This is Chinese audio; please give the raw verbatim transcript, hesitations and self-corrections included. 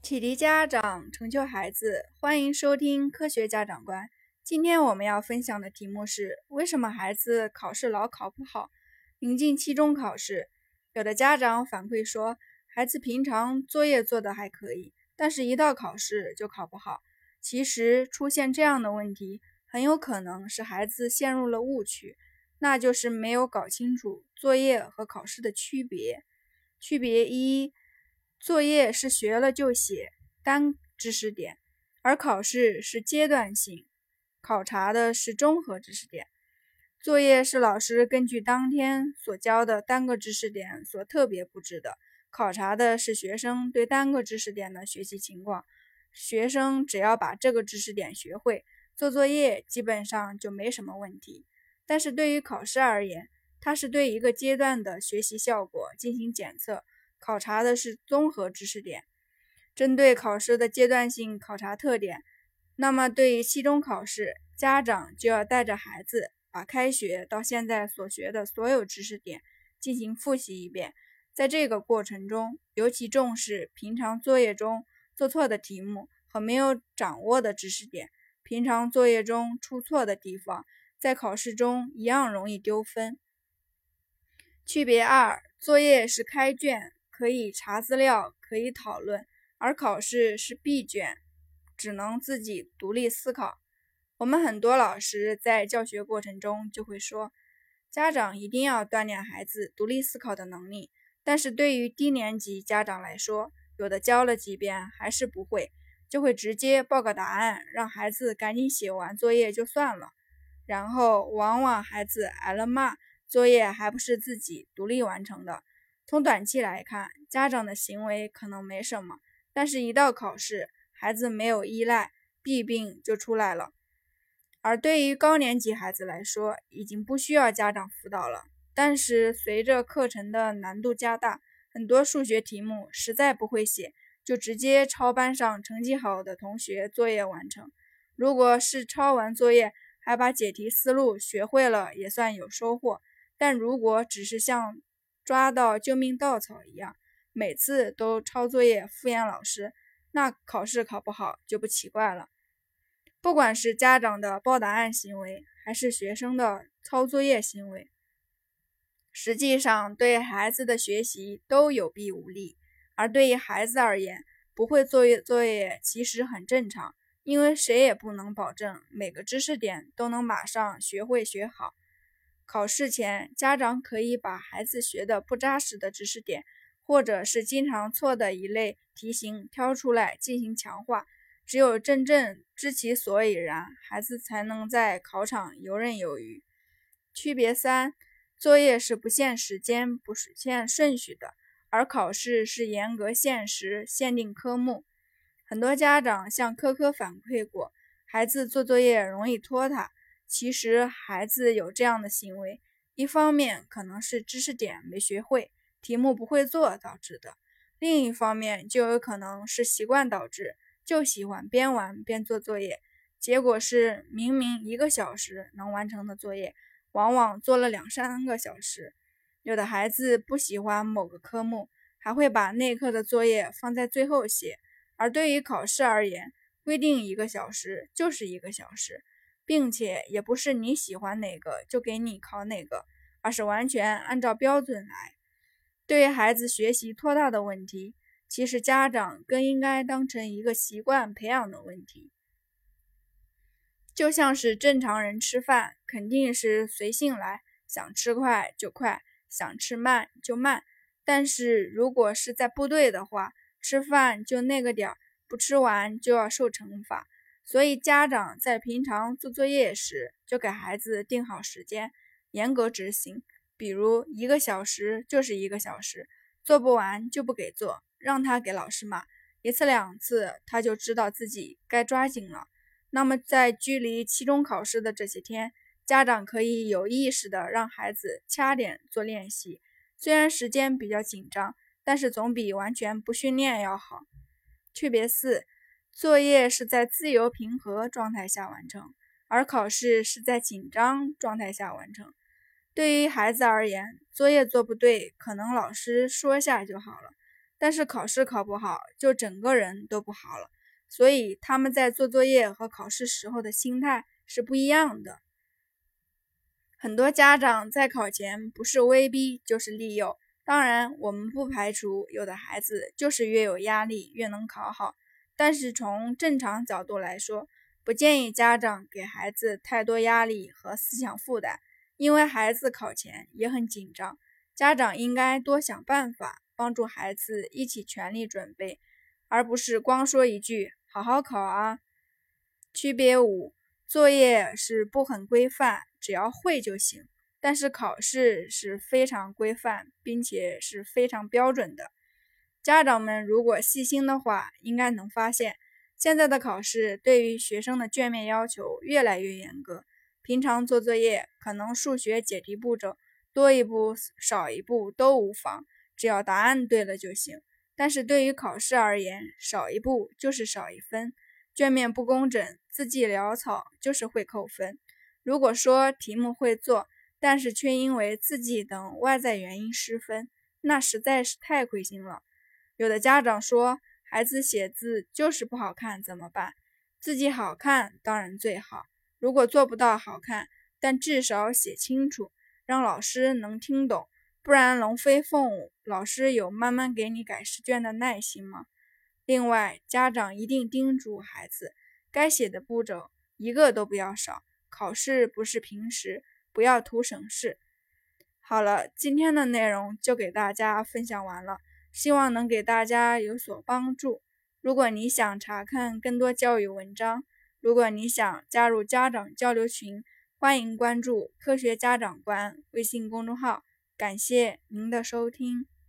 启迪家长，成就孩子，欢迎收听科学家长观。今天我们要分享的题目是：为什么孩子考试老考不好？临近期中考试，有的家长反馈说，孩子平常作业做得还可以，但是一到考试就考不好。其实出现这样的问题，很有可能是孩子陷入了误区，那就是没有搞清楚作业和考试的区别。区别一，作业是学了就写，单知识点，而考试是阶段性，考察的是综合知识点。作业是老师根据当天所教的单个知识点所特别布置的，考察的是学生对单个知识点的学习情况。学生只要把这个知识点学会，做作业基本上就没什么问题。但是对于考试而言，它是对一个阶段的学习效果进行检测，考察的是综合知识点。针对考试的阶段性考察特点，那么对于期中考试，家长就要带着孩子把开学到现在所学的所有知识点进行复习一遍。在这个过程中，尤其重视平常作业中做错的题目和没有掌握的知识点。平常作业中出错的地方，在考试中一样容易丢分。区别二，作业是开卷，可以查资料，可以讨论，而考试是闭卷，只能自己独立思考。我们很多老师在教学过程中就会说，家长一定要锻炼孩子独立思考的能力，但是对于低年级家长来说，有的教了几遍还是不会，就会直接报个答案，让孩子赶紧写完作业就算了，然后往往孩子挨了骂，作业还不是自己独立完成的。从短期来看，家长的行为可能没什么，但是一到考试，孩子没有依赖，弊病就出来了。而对于高年级孩子来说，已经不需要家长辅导了，但是随着课程的难度加大，很多数学题目实在不会写，就直接抄班上成绩好的同学作业完成。如果是抄完作业还把解题思路学会了，也算有收获。但如果只是像抓到救命稻草一样，每次都抄作业敷衍老师，那考试考不好就不奇怪了。不管是家长的报答案行为，还是学生的抄作业行为，实际上对孩子的学习都有弊无利。而对于孩子而言，不会做作业其实很正常，因为谁也不能保证每个知识点都能马上学会学好。考试前，家长可以把孩子学的不扎实的知识点，或者是经常错的一类题型挑出来进行强化。只有真正知其所以然，孩子才能在考场游刃有余。区别三，作业是不限时间、不限顺序的，而考试是严格限时、限定科目。很多家长向科科反馈过，孩子做作业容易拖沓。其实孩子有这样的行为，一方面可能是知识点没学会，题目不会做导致的，另一方面就有可能是习惯导致，就喜欢边玩边做作业，结果是明明一个小时能完成的作业，往往做了两三个小时。有的孩子不喜欢某个科目，还会把那课的作业放在最后写。而对于考试而言，规定一个小时就是一个小时，并且也不是你喜欢哪个就给你考哪个，而是完全按照标准来。对于孩子学习拖沓的问题，其实家长更应该当成一个习惯培养的问题。就像是正常人吃饭，肯定是随性来，想吃快就快，想吃慢就慢。但是如果是在部队的话，吃饭就那个点儿，不吃完就要受惩罚。所以家长在平常做作业时，就给孩子定好时间，严格执行。比如一个小时就是一个小时，做不完就不给做，让他给老师骂，一次两次他就知道自己该抓紧了。那么在距离期中考试的这些天，家长可以有意识的让孩子掐点做练习，虽然时间比较紧张，但是总比完全不训练要好。区别四，作业是在自由平和状态下完成，而考试是在紧张状态下完成。对于孩子而言，作业做不对，可能老师说下就好了， 但是考试考不好，就整个人都不好了。所以他们在做作业和考试时候的心态是不一样的。很多家长在考前不是威逼就是利诱，当然我们不排除有的孩子就是越有压力越能考好，但是从正常角度来说，不建议家长给孩子太多压力和思想负担，因为孩子考前也很紧张，家长应该多想办法帮助孩子一起全力准备，而不是光说一句好好考啊。区别五，作业是不很规范，只要会就行，但是考试是非常规范并且是非常标准的。家长们如果细心的话，应该能发现现在的考试对于学生的卷面要求越来越严格，平常做作业可能数学解题步骤多一步少一步都无妨，只要答案对了就行，但是对于考试而言，少一步就是少一分，卷面不工整，字迹潦草就是会扣分。如果说题目会做，但是却因为字迹等外在原因失分，那实在是太亏心了。有的家长说孩子写字就是不好看怎么办？字迹好看当然最好，如果做不到好看，但至少写清楚，让老师能听懂，不然龙飞凤舞，老师有慢慢给你改试卷的耐心吗？另外，家长一定叮嘱孩子，该写的步骤一个都不要少，考试不是平时，不要图省事。好了，今天的内容就给大家分享完了，希望能给大家有所帮助。如果你想查看更多教育文章，如果你想加入家长交流群，欢迎关注科学家长观微信公众号。感谢您的收听。